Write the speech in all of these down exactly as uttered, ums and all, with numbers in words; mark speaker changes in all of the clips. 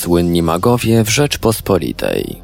Speaker 1: Słynni magowie w Rzeczpospolitej.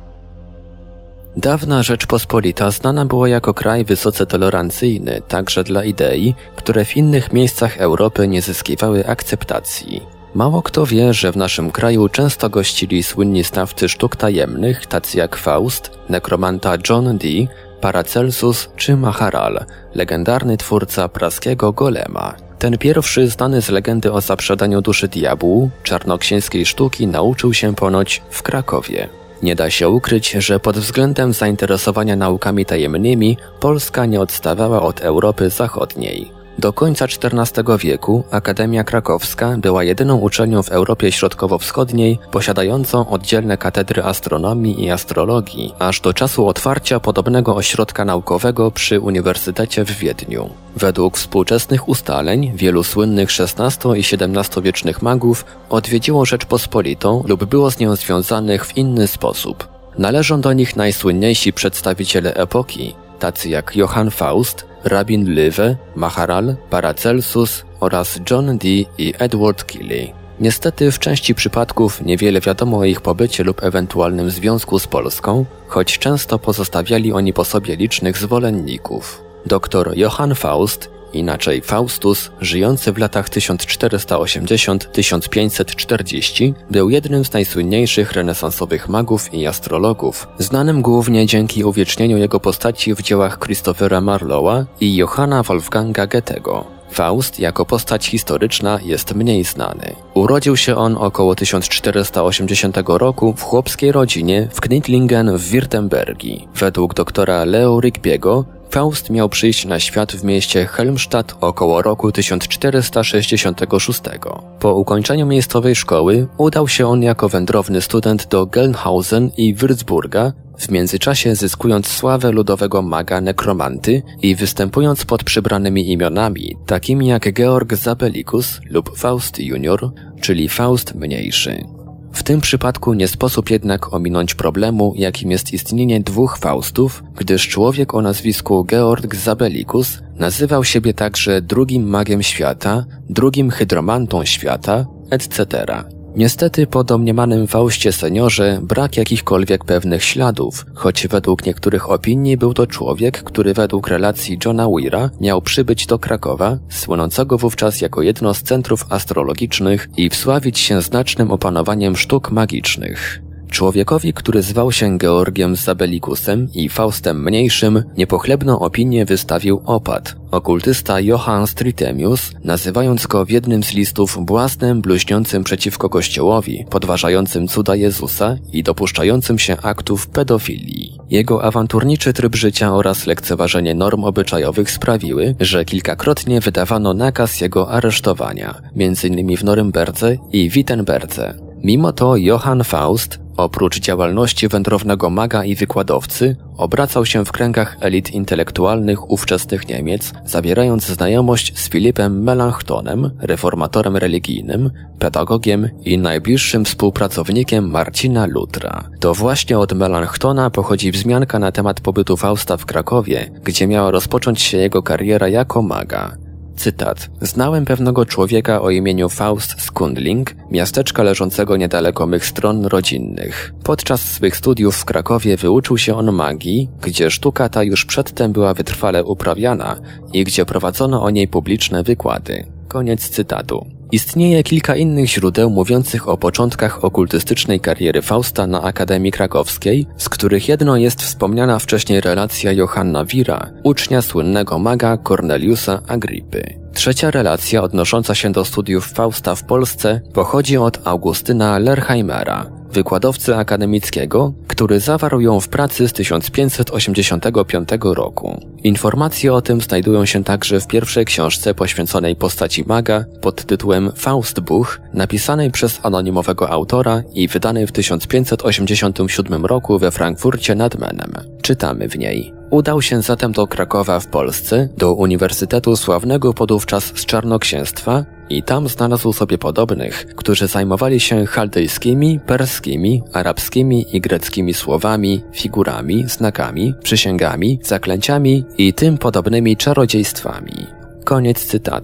Speaker 1: Dawna Rzeczpospolita znana była jako kraj wysoce tolerancyjny, także dla idei, które w innych miejscach Europy nie zyskiwały akceptacji. Mało kto wie, że w naszym kraju często gościli słynni znawcy sztuk tajemnych, tacy jak Faust, nekromanta John Dee, Paracelsus czy Maharal, legendarny twórca praskiego golema. Ten pierwszy, znany z legendy o zaprzedaniu duszy diabłu, czarnoksięskiej sztuki, nauczył się ponoć w Krakowie. Nie da się ukryć, że pod względem zainteresowania naukami tajemnymi Polska nie odstawała od Europy Zachodniej. Do końca czternastego wieku Akademia Krakowska była jedyną uczelnią w Europie Środkowo-Wschodniej posiadającą oddzielne katedry astronomii i astrologii, aż do czasu otwarcia podobnego ośrodka naukowego przy Uniwersytecie w Wiedniu. Według współczesnych ustaleń wielu słynnych szesnasto- i siedemnastowiecznych magów odwiedziło Rzeczpospolitą lub było z nią związanych w inny sposób. Należą do nich najsłynniejsi przedstawiciele epoki, tacy jak Johann Faust, Rabin Löwe, Maharal, Paracelsus oraz John Dee i Edward Kelley. Niestety w części przypadków niewiele wiadomo o ich pobycie lub ewentualnym związku z Polską, choć często pozostawiali oni po sobie licznych zwolenników. Doktor Johann Faust, inaczej Faustus, żyjący w latach tysiąc czterysta osiemdziesiąt do tysiąc pięćset czterdzieści, był jednym z najsłynniejszych renesansowych magów i astrologów, znanym głównie dzięki uwiecznieniu jego postaci w dziełach Christophera Marlowa i Johanna Wolfganga Goethego. Faust jako postać historyczna jest mniej znany. Urodził się on około tysiąc czterysta osiemdziesiątego roku w chłopskiej rodzinie w Knittlingen w Wirtembergii. Według doktora Leo Rigbiego Faust miał przyjść na świat w mieście Helmstadt około roku tysiąc czterysta sześćdziesiątego szóstego. Po ukończeniu miejscowej szkoły udał się on jako wędrowny student do Gelnhausen i Würzburga, w międzyczasie zyskując sławę ludowego maga nekromanty i występując pod przybranymi imionami, takimi jak Georg Zabellicus lub Faust junior, czyli Faust mniejszy. W tym przypadku nie sposób jednak ominąć problemu, jakim jest istnienie dwóch Faustów, gdyż człowiek o nazwisku Georg Zabellicus nazywał siebie także drugim magiem świata, drugim hydromantą świata, et cetera. Niestety po domniemanym Faustie seniorze brak jakichkolwiek pewnych śladów, choć według niektórych opinii był to człowiek, który według relacji Johna Weira miał przybyć do Krakowa, słynącego wówczas jako jedno z centrów astrologicznych i wsławić się znacznym opanowaniem sztuk magicznych. Człowiekowi, który zwał się Georgiem Zabellicusem i Faustem Mniejszym, niepochlebną opinię wystawił opat, okultysta Johann Stritemius, nazywając go w jednym z listów błaznem bluźniącym przeciwko Kościołowi, podważającym cuda Jezusa i dopuszczającym się aktów pedofilii. Jego awanturniczy tryb życia oraz lekceważenie norm obyczajowych sprawiły, że kilkakrotnie wydawano nakaz jego aresztowania, między innymi w Norymberdze i Wittenberdze. Mimo to Johann Faust, oprócz działalności wędrownego maga i wykładowcy, obracał się w kręgach elit intelektualnych ówczesnych Niemiec, zawierając znajomość z Filipem Melanchtonem, reformatorem religijnym, pedagogiem i najbliższym współpracownikiem Marcina Lutra. To właśnie od Melanchtona pochodzi wzmianka na temat pobytu Fausta w Krakowie, gdzie miała rozpocząć się jego kariera jako maga. Cytat. Znałem pewnego człowieka o imieniu Faust z Kundling, miasteczka leżącego niedaleko mych stron rodzinnych. Podczas swych studiów w Krakowie wyuczył się on magii, gdzie sztuka ta już przedtem była wytrwale uprawiana i gdzie prowadzono o niej publiczne wykłady. Koniec cytatu. Istnieje kilka innych źródeł mówiących o początkach okultystycznej kariery Fausta na Akademii Krakowskiej, z których jedno jest wspomniana wcześniej relacja Johanna Wira, ucznia słynnego maga Corneliusa Agrippy. Trzecia relacja odnosząca się do studiów Fausta w Polsce pochodzi od Augustyna Lerheimera, wykładowcy akademickiego, który zawarł ją w pracy z tysiąc pięćset osiemdziesiątego piątego roku. Informacje o tym znajdują się także w pierwszej książce poświęconej postaci maga pod tytułem Faustbuch, napisanej przez anonimowego autora i wydanej w tysiąc pięćset osiemdziesiątym siódmym roku we Frankfurcie nad Menem. Czytamy w niej. Udał się zatem do Krakowa w Polsce, do Uniwersytetu sławnego podówczas z Czarnoksięstwa i tam znalazł sobie podobnych, którzy zajmowali się chaldejskimi, perskimi, arabskimi i greckimi słowami, figurami, znakami, przysięgami, zaklęciami i tym podobnymi czarodziejstwami. Koniec cytatu.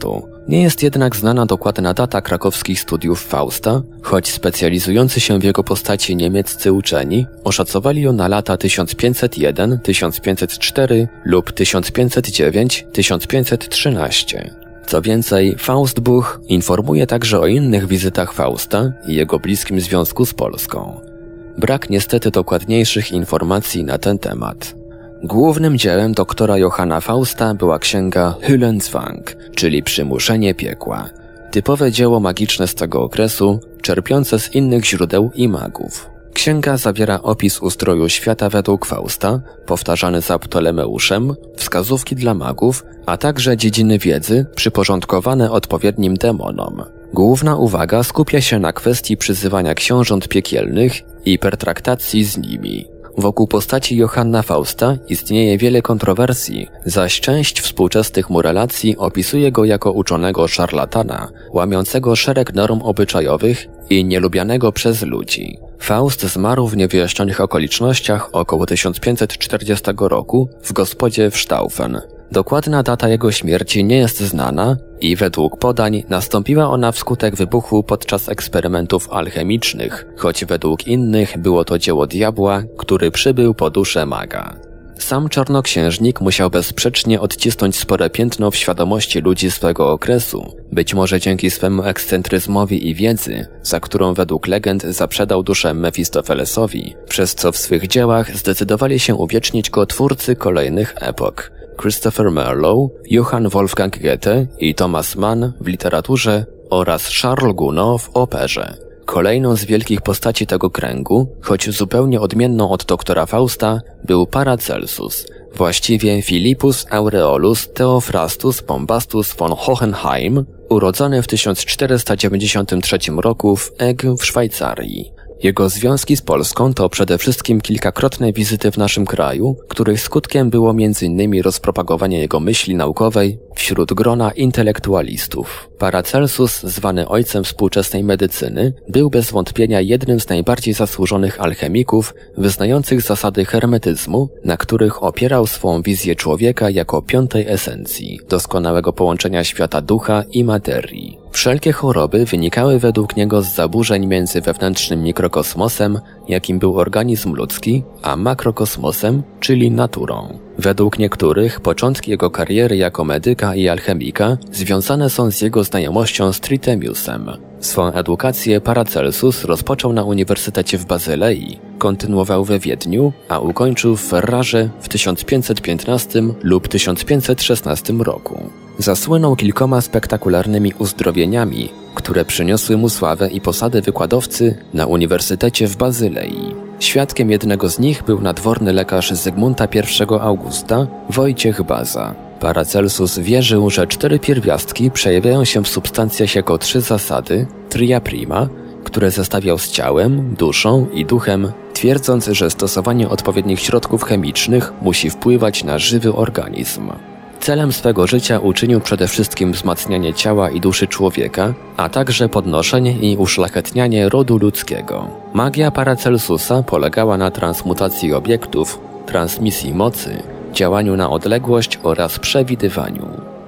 Speaker 1: Nie jest jednak znana dokładna data krakowskich studiów Fausta, choć specjalizujący się w jego postaci niemieccy uczeni oszacowali ją na lata tysiąc pięćset jeden do tysiąc pięćset cztery lub tysiąc pięćset dziewięć do tysiąc pięćset trzynaście. Co więcej, Faustbuch informuje także o innych wizytach Fausta i jego bliskim związku z Polską. Brak niestety dokładniejszych informacji na ten temat. Głównym dziełem doktora Johanna Fausta była księga Höllenzwang, czyli Przymuszenie piekła. Typowe dzieło magiczne z tego okresu, czerpiące z innych źródeł i magów. Księga zawiera opis ustroju świata według Fausta, powtarzany za Ptolemeuszem, wskazówki dla magów, a także dziedziny wiedzy przyporządkowane odpowiednim demonom. Główna uwaga skupia się na kwestii przyzywania książąt piekielnych i pertraktacji z nimi. Wokół postaci Johanna Fausta istnieje wiele kontrowersji, zaś część współczesnych mu relacji opisuje go jako uczonego szarlatana, łamiącego szereg norm obyczajowych i nielubianego przez ludzi. Faust zmarł w niewyjaśnionych okolicznościach około tysiąc pięćset czterdziestego roku w gospodzie w Staufen. Dokładna data jego śmierci nie jest znana i według podań nastąpiła ona wskutek wybuchu podczas eksperymentów alchemicznych, choć według innych było to dzieło diabła, który przybył po duszę maga. Sam czarnoksiężnik musiał bezsprzecznie odcisnąć spore piętno w świadomości ludzi swego okresu, być może dzięki swemu ekscentryzmowi i wiedzy, za którą według legend zaprzedał duszę Mefistofelesowi, przez co w swych dziełach zdecydowali się uwiecznić go twórcy kolejnych epok. Christopher Marlowe, Johann Wolfgang Goethe i Thomas Mann w literaturze oraz Charles Gounod w operze. Kolejną z wielkich postaci tego kręgu, choć zupełnie odmienną od doktora Fausta, był Paracelsus, właściwie Philippus Aureolus Theophrastus Bombastus von Hohenheim, urodzony w tysiąc czterysta dziewięćdziesiątym trzecim roku w Egue w Szwajcarii. Jego związki z Polską to przede wszystkim kilkakrotne wizyty w naszym kraju, których skutkiem było między innymi rozpropagowanie jego myśli naukowej wśród grona intelektualistów. Paracelsus, zwany ojcem współczesnej medycyny, był bez wątpienia jednym z najbardziej zasłużonych alchemików wyznających zasady hermetyzmu, na których opierał swą wizję człowieka jako piątej esencji, doskonałego połączenia świata ducha i materii. Wszelkie choroby wynikały według niego z zaburzeń między wewnętrznym mikrokosmosem, jakim był organizm ludzki, a makrokosmosem, czyli naturą. Według niektórych początki jego kariery jako medyka i alchemika związane są z jego znajomością z Trithemiusem. Swą edukację Paracelsus rozpoczął na Uniwersytecie w Bazylei, kontynuował we Wiedniu, a ukończył w Ferrarze w tysiąc pięćset piętnastym lub tysiąc pięćset szesnastym roku. Zasłynął kilkoma spektakularnymi uzdrowieniami, które przyniosły mu sławę i posadę wykładowcy na Uniwersytecie w Bazylei. Świadkiem jednego z nich był nadworny lekarz Zygmunta pierwszego Augusta, Wojciech Baza. Paracelsus wierzył, że cztery pierwiastki przejawiają się w substancjach jako trzy zasady, tria prima, które zestawiał z ciałem, duszą i duchem, twierdząc, że stosowanie odpowiednich środków chemicznych musi wpływać na żywy organizm. Celem swego życia uczynił przede wszystkim wzmacnianie ciała i duszy człowieka, a także podnoszenie i uszlachetnianie rodu ludzkiego. Magia Paracelsusa polegała na transmutacji obiektów, transmisji mocy, działaniu na odległość oraz przewidywaniu.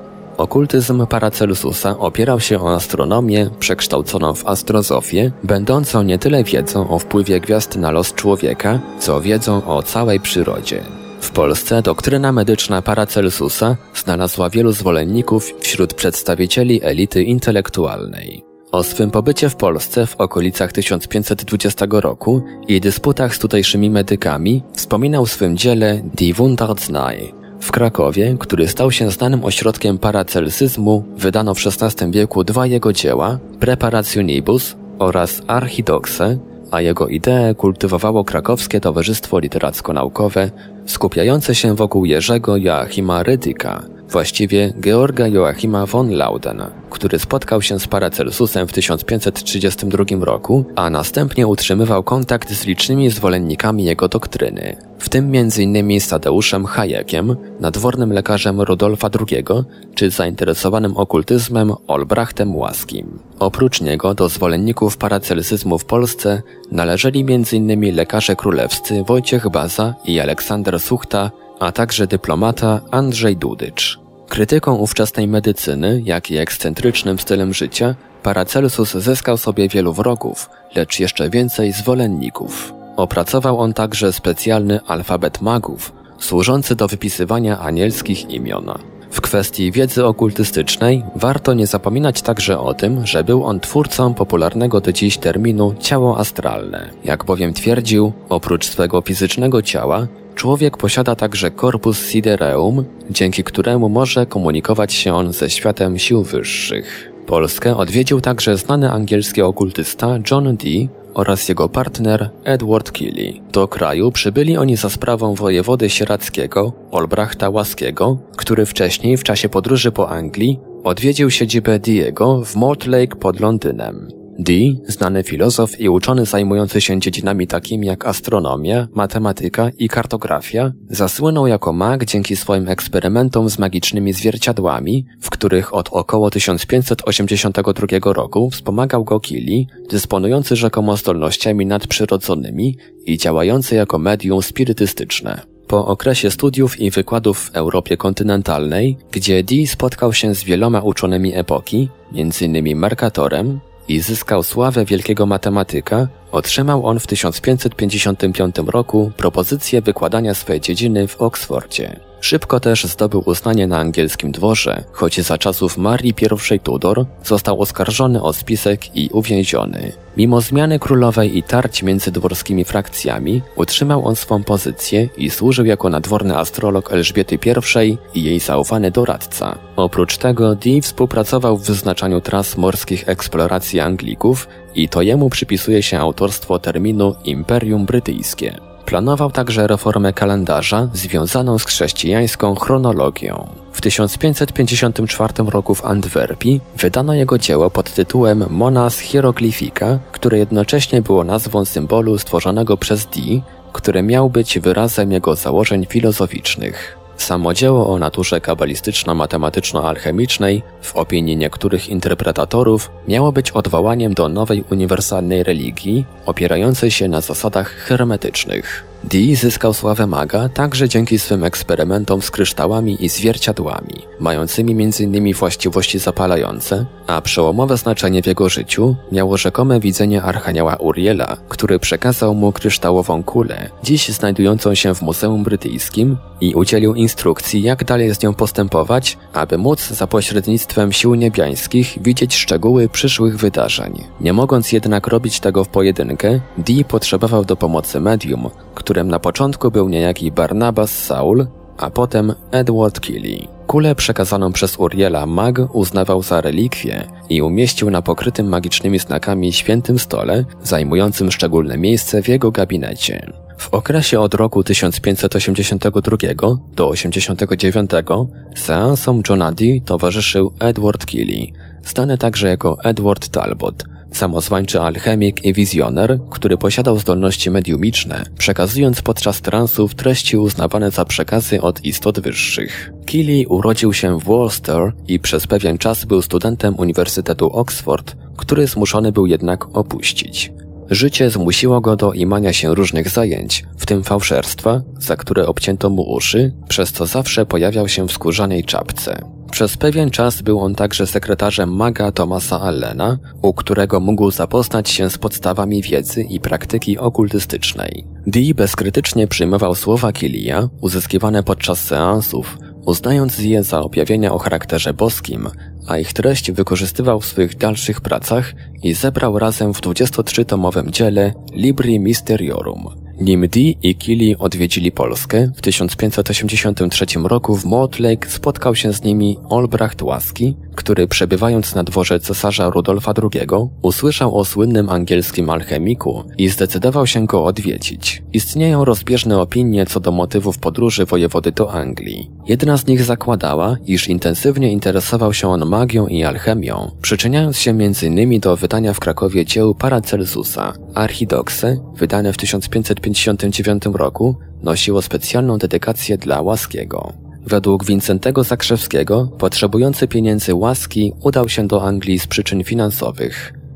Speaker 1: Okultyzm Paracelsusa opierał się o astronomię przekształconą w astrozofię, będącą nie tyle wiedzą o wpływie gwiazd na los człowieka, co wiedzą o całej przyrodzie. W Polsce doktryna medyczna Paracelsusa znalazła wielu zwolenników wśród przedstawicieli elity intelektualnej. O swym pobycie w Polsce w okolicach tysiąc pięćset dwudziestego roku i dysputach z tutejszymi medykami wspominał w swym dziele Die Wundarznei. W Krakowie, który stał się znanym ośrodkiem paracelsyzmu, wydano w szesnastym wieku dwa jego dzieła, Preparationibus oraz Archidoxe, a jego ideę kultywowało Krakowskie Towarzystwo Literacko-Naukowe, skupiające się wokół Jerzego Joachima Rydyka, właściwie Georga Joachima von Lauden, który spotkał się z Paracelsusem w tysiąc pięćset trzydziestym drugim roku, a następnie utrzymywał kontakt z licznymi zwolennikami jego doktryny, w tym między innymi z Tadeuszem Hayekiem, nadwornym lekarzem Rudolfa drugiego, czy zainteresowanym okultyzmem Olbrachtem Łaskim. Oprócz niego do zwolenników paracelsyzmu w Polsce należeli między innymi lekarze królewscy Wojciech Baza i Aleksander Suchta, a także dyplomata Andrzej Dudycz. Krytyką ówczesnej medycyny, jak i ekscentrycznym stylem życia, Paracelsus zyskał sobie wielu wrogów, lecz jeszcze więcej zwolenników. Opracował on także specjalny alfabet magów, służący do wypisywania anielskich imion. W kwestii wiedzy okultystycznej warto nie zapominać także o tym, że był on twórcą popularnego do dziś terminu ciało astralne. Jak bowiem twierdził, oprócz swego fizycznego ciała, człowiek posiada także corpus sidereum, dzięki któremu może komunikować się on ze światem sił wyższych. Polskę odwiedził także znany angielski okultysta John Dee oraz jego partner Edward Keely. Do kraju przybyli oni za sprawą wojewody sieradzkiego Olbrachta Łaskiego, który wcześniej w czasie podróży po Anglii odwiedził siedzibę Dee'ego w Mortlake pod Londynem. Dee, znany filozof i uczony zajmujący się dziedzinami takimi jak astronomia, matematyka i kartografia, zasłynął jako mag dzięki swoim eksperymentom z magicznymi zwierciadłami, w których od około tysiąc pięćset osiemdziesiątego drugiego roku wspomagał go Keely, dysponujący rzekomo zdolnościami nadprzyrodzonymi i działający jako medium spirytystyczne. Po okresie studiów i wykładów w Europie kontynentalnej, gdzie Dee spotkał się z wieloma uczonymi epoki, między innymi Mercatorem, i zyskał sławę wielkiego matematyka, otrzymał on w tysiąc pięćset pięćdziesiątym piątym roku propozycję wykładania swej dziedziny w Oksfordzie. Szybko też zdobył uznanie na angielskim dworze, choć za czasów Marii pierwszej Tudor został oskarżony o spisek i uwięziony. Mimo zmiany królowej i tarć między dworskimi frakcjami, utrzymał on swą pozycję i służył jako nadworny astrolog Elżbiety pierwszej i jej zaufany doradca. Oprócz tego Dee współpracował w wyznaczaniu tras morskich eksploracji Anglików i to jemu przypisuje się autorstwo terminu Imperium Brytyjskie. Planował także reformę kalendarza związaną z chrześcijańską chronologią. W tysiąc pięćset pięćdziesiątym czwartym roku w Antwerpii wydano jego dzieło pod tytułem Monas Hieroglyphica, które jednocześnie było nazwą symbolu stworzonego przez Dee, który miał być wyrazem jego założeń filozoficznych. Samo dzieło o naturze kabalistyczno-matematyczno-alchemicznej, w opinii niektórych interpretatorów, miało być odwołaniem do nowej uniwersalnej religii, opierającej się na zasadach hermetycznych. Dee zyskał sławę maga także dzięki swym eksperymentom z kryształami i zwierciadłami, mającymi między innymi właściwości zapalające, a przełomowe znaczenie w jego życiu miało rzekome widzenie archanioła Uriela, który przekazał mu kryształową kulę, dziś znajdującą się w Muzeum Brytyjskim, i udzielił instrukcji, jak dalej z nią postępować, aby móc za pośrednictwem sił niebiańskich widzieć szczegóły przyszłych wydarzeń. Nie mogąc jednak robić tego w pojedynkę, Dee potrzebował do pomocy medium, którym na początku był niejaki Barnabas Saul, a potem Edward Keely. Kulę przekazaną przez Uriela mag uznawał za relikwię i umieścił na pokrytym magicznymi znakami świętym stole, zajmującym szczególne miejsce w jego gabinecie. W okresie od roku tysiąc pięćset osiemdziesiątego drugiego do osiemdziesiątego dziewiątego seansom Johna Dee towarzyszył Edward Keely, znany także jako Edward Talbot, samozwańczy alchemik i wizjoner, który posiadał zdolności mediumiczne, przekazując podczas transów treści uznawane za przekazy od istot wyższych. Keely urodził się w Worcester i przez pewien czas był studentem Uniwersytetu Oxford, który zmuszony był jednak opuścić. Życie zmusiło go do imania się różnych zajęć, w tym fałszerstwa, za które obcięto mu uszy, przez co zawsze pojawiał się w skórzanej czapce. Przez pewien czas był on także sekretarzem maga Thomasa Allena, u którego mógł zapoznać się z podstawami wiedzy i praktyki okultystycznej. Dee bezkrytycznie przyjmował słowa Keely'a, uzyskiwane podczas seansów, uznając je za objawienia o charakterze boskim, a ich treść wykorzystywał w swych dalszych pracach i zebrał razem w dwudziestotrzytomowym dziele Libri Mysteriorum. Nim Dee i Keely odwiedzili Polskę, w tysiąc pięćset osiemdziesiątym trzecim roku w Mortlake spotkał się z nimi Olbracht Łaski, który przebywając na dworze cesarza Rudolfa drugiego usłyszał o słynnym angielskim alchemiku i zdecydował się go odwiedzić. Istnieją rozbieżne opinie co do motywów podróży wojewody do Anglii. Jedna z nich zakładała, iż intensywnie interesował się on magią i alchemią, przyczyniając się między innymi do wydania w Krakowie dzieł Paracelsusa. Archidoxe, wydane w tysiąc pięćset pięćdziesiątym dziewiątym roku, nosiło specjalną dedykację dla Łaskiego. Według Wincentego Zakrzewskiego, potrzebujący pieniędzy Łaski udał się do Anglii z przyczyn finansowych.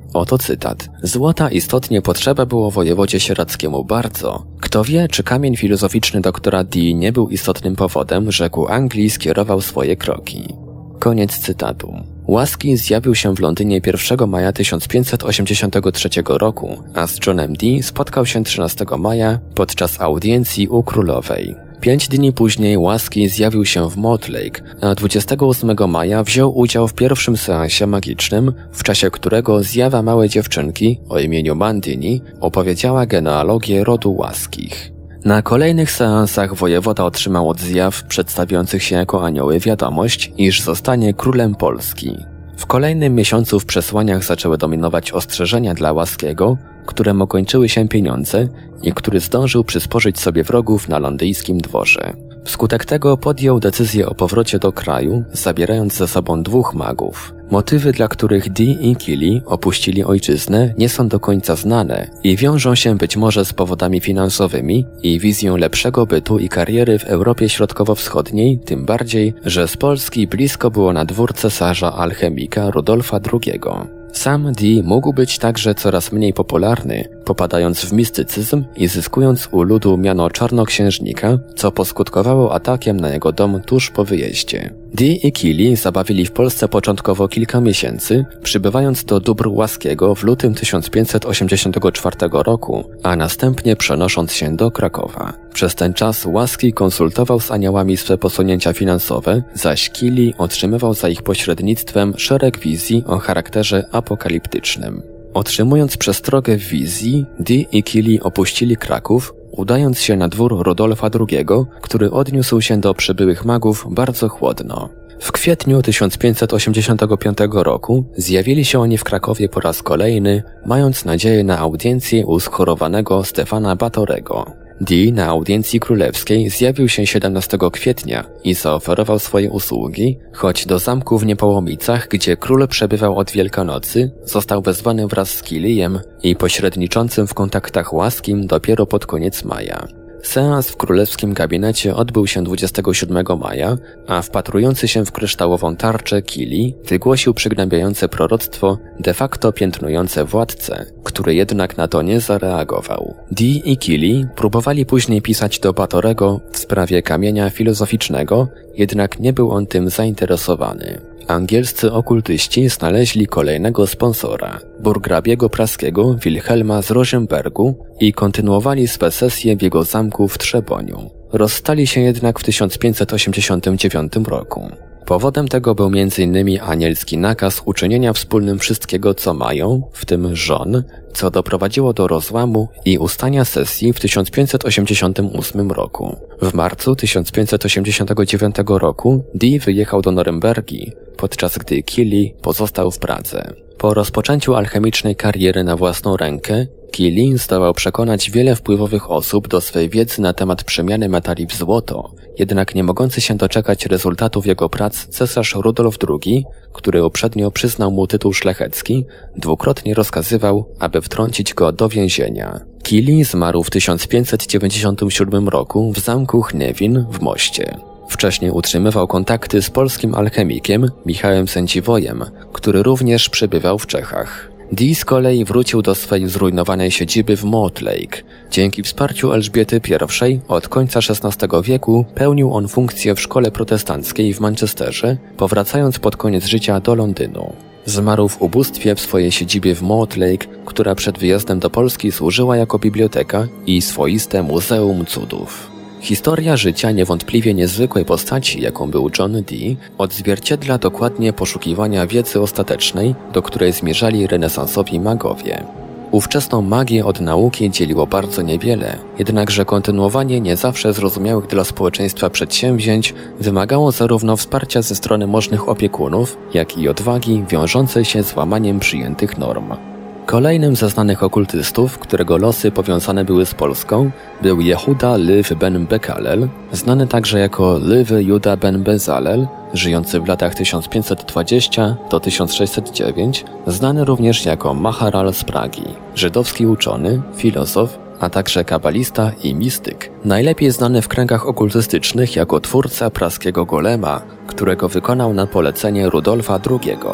Speaker 1: Oto cytat. Złota istotnie potrzeba było wojewodzie sieradzkiemu bardzo. Kto wie, czy kamień filozoficzny doktora Dee nie był istotnym powodem, że ku Anglii skierował swoje kroki. Koniec cytatu. Łaski zjawił się w Londynie pierwszego maja tysiąc pięćset osiemdziesiątego trzeciego roku, a z Johnem Dee spotkał się trzynastego maja podczas audiencji u królowej. Pięć dni później Łaski zjawił się w Mortlake, a dwudziestego ósmego maja wziął udział w pierwszym seansie magicznym, w czasie którego zjawa małej dziewczynki o imieniu Mandini opowiedziała genealogię rodu Łaskich. Na kolejnych seansach wojewoda otrzymał od zjaw przedstawiających się jako anioły wiadomość, iż zostanie królem Polski. W kolejnym miesiącu w przesłaniach zaczęły dominować ostrzeżenia dla Łaskiego, któremu kończyły się pieniądze i który zdążył przysporzyć sobie wrogów na londyńskim dworze. Wskutek tego podjął decyzję o powrocie do kraju, zabierając ze sobą dwóch magów. Motywy, dla których Dee i Keely opuścili ojczyznę, nie są do końca znane i wiążą się być może z powodami finansowymi i wizją lepszego bytu i kariery w Europie Środkowo-Wschodniej, tym bardziej, że z Polski blisko było na dwór cesarza alchemika Rudolfa drugiego. Sam Dee mógł być także coraz mniej popularny, popadając w mistycyzm i zyskując u ludu miano czarnoksiężnika, co poskutkowało atakiem na jego dom tuż po wyjeździe. Dee i Keely zabawili w Polsce początkowo kilka miesięcy, przybywając do dóbr Łaskiego w lutym tysiąc pięćset osiemdziesiątego czwartego roku, a następnie przenosząc się do Krakowa. Przez ten czas Łaski konsultował z aniołami swe posunięcia finansowe, zaś Keely otrzymywał za ich pośrednictwem szereg wizji o charakterze apokaliptycznym. Otrzymując przestrogę w wizji, Dee i Keely opuścili Kraków, udając się na dwór Rudolfa drugiego, który odniósł się do przybyłych magów bardzo chłodno. W kwietniu tysiąc pięćset osiemdziesiątego piątego roku zjawili się oni w Krakowie po raz kolejny, mając nadzieję na audiencję u schorowanego Stefana Batorego. Dee na audiencji królewskiej zjawił się siedemnastego kwietnia i zaoferował swoje usługi, choć do zamku w Niepołomicach, gdzie król przebywał od Wielkanocy, został wezwany wraz z Keely'em i pośredniczącym w kontaktach Łaskim dopiero pod koniec maja. Seans w królewskim gabinecie odbył się dwudziestego siódmego maja, a wpatrujący się w kryształową tarczę Keely wygłosił przygnębiające proroctwo, de facto piętnujące władcę, który jednak na to nie zareagował. Dee i Keely próbowali później pisać do Batorego w sprawie kamienia filozoficznego, jednak nie był on tym zainteresowany. Angielscy okultyści znaleźli kolejnego sponsora, burgrabiego praskiego Wilhelma z Rosenbergu i kontynuowali swe sesje w jego zamku w Trzeboniu. Rozstali się jednak w tysiąc pięćset osiemdziesiątym dziewiątym roku. Powodem tego był między innymi anielski nakaz uczynienia wspólnym wszystkiego, co mają, w tym żon, co doprowadziło do rozłamu i ustania sesji w tysiąc pięćset osiemdziesiątym ósmym roku. W marcu tysiąc pięćset osiemdziesiątego dziewiątego roku Dee wyjechał do Norymbergi, podczas gdy Keely pozostał w Pradze. Po rozpoczęciu alchemicznej kariery na własną rękę, Keely zdołał przekonać wiele wpływowych osób do swej wiedzy na temat przemiany metali w złoto, jednak nie mogący się doczekać rezultatów jego prac cesarz Rudolf drugi, który uprzednio przyznał mu tytuł szlachecki, dwukrotnie rozkazywał, aby wtrącić go do więzienia. Keely zmarł w tysiąc pięćset dziewięćdziesiątym siódmym roku w zamku Chnewin w Moście. Wcześniej utrzymywał kontakty z polskim alchemikiem Michałem Sędziwojem, który również przebywał w Czechach. Dee z kolei wrócił do swej zrujnowanej siedziby w Mortlake. Dzięki wsparciu Elżbiety pierwszej od końca szesnastego wieku pełnił on funkcję w szkole protestanckiej w Manchesterze, powracając pod koniec życia do Londynu. Zmarł w ubóstwie w swojej siedzibie w Mortlake, która przed wyjazdem do Polski służyła jako biblioteka i swoiste muzeum cudów. Historia życia niewątpliwie niezwykłej postaci, jaką był John Dee, odzwierciedla dokładnie poszukiwania wiedzy ostatecznej, do której zmierzali renesansowi magowie. Ówczesną magię od nauki dzieliło bardzo niewiele, jednakże kontynuowanie nie zawsze zrozumiałych dla społeczeństwa przedsięwzięć wymagało zarówno wsparcia ze strony możnych opiekunów, jak i odwagi wiążącej się z łamaniem przyjętych norm. Kolejnym ze znanych okultystów, którego losy powiązane były z Polską, był Jehuda Lew ben Bekalel, znany także jako Lew Juda ben Bezalel, żyjący w latach tysiąc pięćset dwudziestym do tysiąc sześćset dziewiątego, znany również jako Maharal z Pragi, żydowski uczony, filozof, a także kabalista i mistyk, najlepiej znany w kręgach okultystycznych jako twórca praskiego golema, którego wykonał na polecenie Rudolfa drugiego.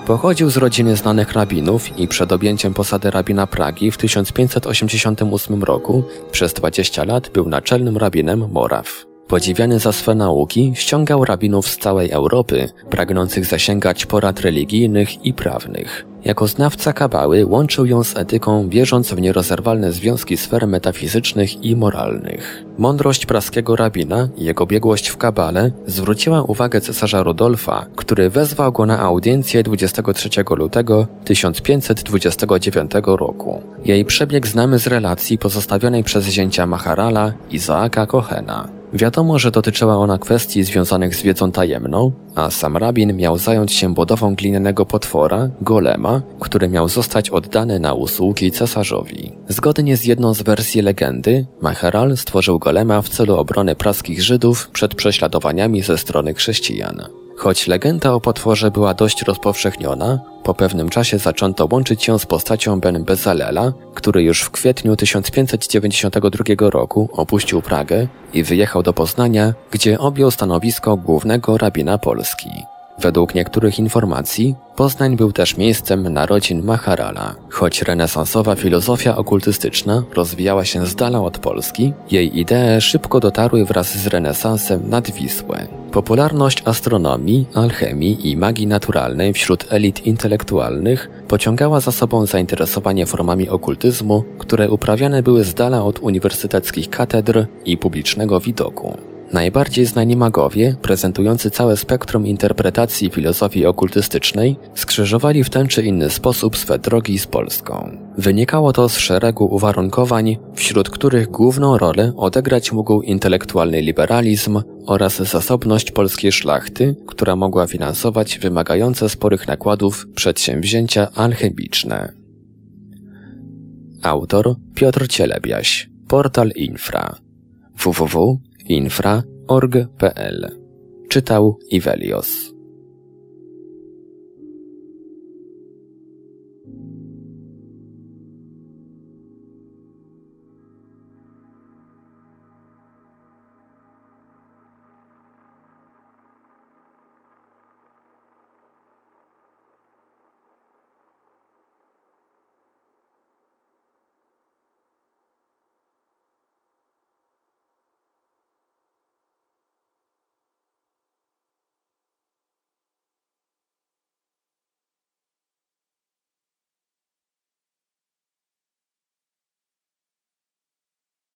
Speaker 1: Pochodził z rodziny znanych rabinów i przed objęciem posady rabina Pragi w tysiąc pięćset osiemdziesiątym ósmym roku przez dwadzieścia lat był naczelnym rabinem Moraw. Podziwiany za swe nauki, ściągał rabinów z całej Europy, pragnących zasięgać porad religijnych i prawnych. Jako znawca kabały łączył ją z etyką, wierząc w nierozerwalne związki sfer metafizycznych i moralnych. Mądrość praskiego rabina i jego biegłość w kabale zwróciła uwagę cesarza Rudolfa, który wezwał go na audiencję dwudziestego trzeciego lutego tysiąc pięćset dwudziestego dziewiątego roku. Jej przebieg znamy z relacji pozostawionej przez zięcia Maharala, Izaaka Kohena. Wiadomo, że dotyczyła ona kwestii związanych z wiedzą tajemną, a sam rabin miał zająć się budową glinianego potwora, golema, który miał zostać oddany na usługi cesarzowi. Zgodnie z jedną z wersji legendy, Maharal stworzył golema w celu obrony praskich Żydów przed prześladowaniami ze strony chrześcijan. Choć legenda o potworze była dość rozpowszechniona, po pewnym czasie zaczęto łączyć ją z postacią Ben Bezalela, który już w kwietniu tysiąc pięćset dziewięćdziesiątego drugiego roku opuścił Pragę i wyjechał do Poznania, gdzie objął stanowisko głównego rabina Polski. Według niektórych informacji Poznań był też miejscem narodzin Maharala. Choć renesansowa filozofia okultystyczna rozwijała się z dala od Polski, jej idee szybko dotarły wraz z renesansem nad Wisłę. Popularność astronomii, alchemii i magii naturalnej wśród elit intelektualnych pociągała za sobą zainteresowanie formami okultyzmu, które uprawiane były z dala od uniwersyteckich katedr i publicznego widoku. Najbardziej znani magowie, prezentujący całe spektrum interpretacji filozofii okultystycznej, skrzyżowali w ten czy inny sposób swe drogi z Polską. Wynikało to z szeregu uwarunkowań, wśród których główną rolę odegrać mógł intelektualny liberalizm oraz zasobność polskiej szlachty, która mogła finansować wymagające sporych nakładów przedsięwzięcia alchemiczne. Autor Piotr Cielebiaś. Portal Infra. w w w kropka infra kropka org kropka p l. Czytał Ivelios.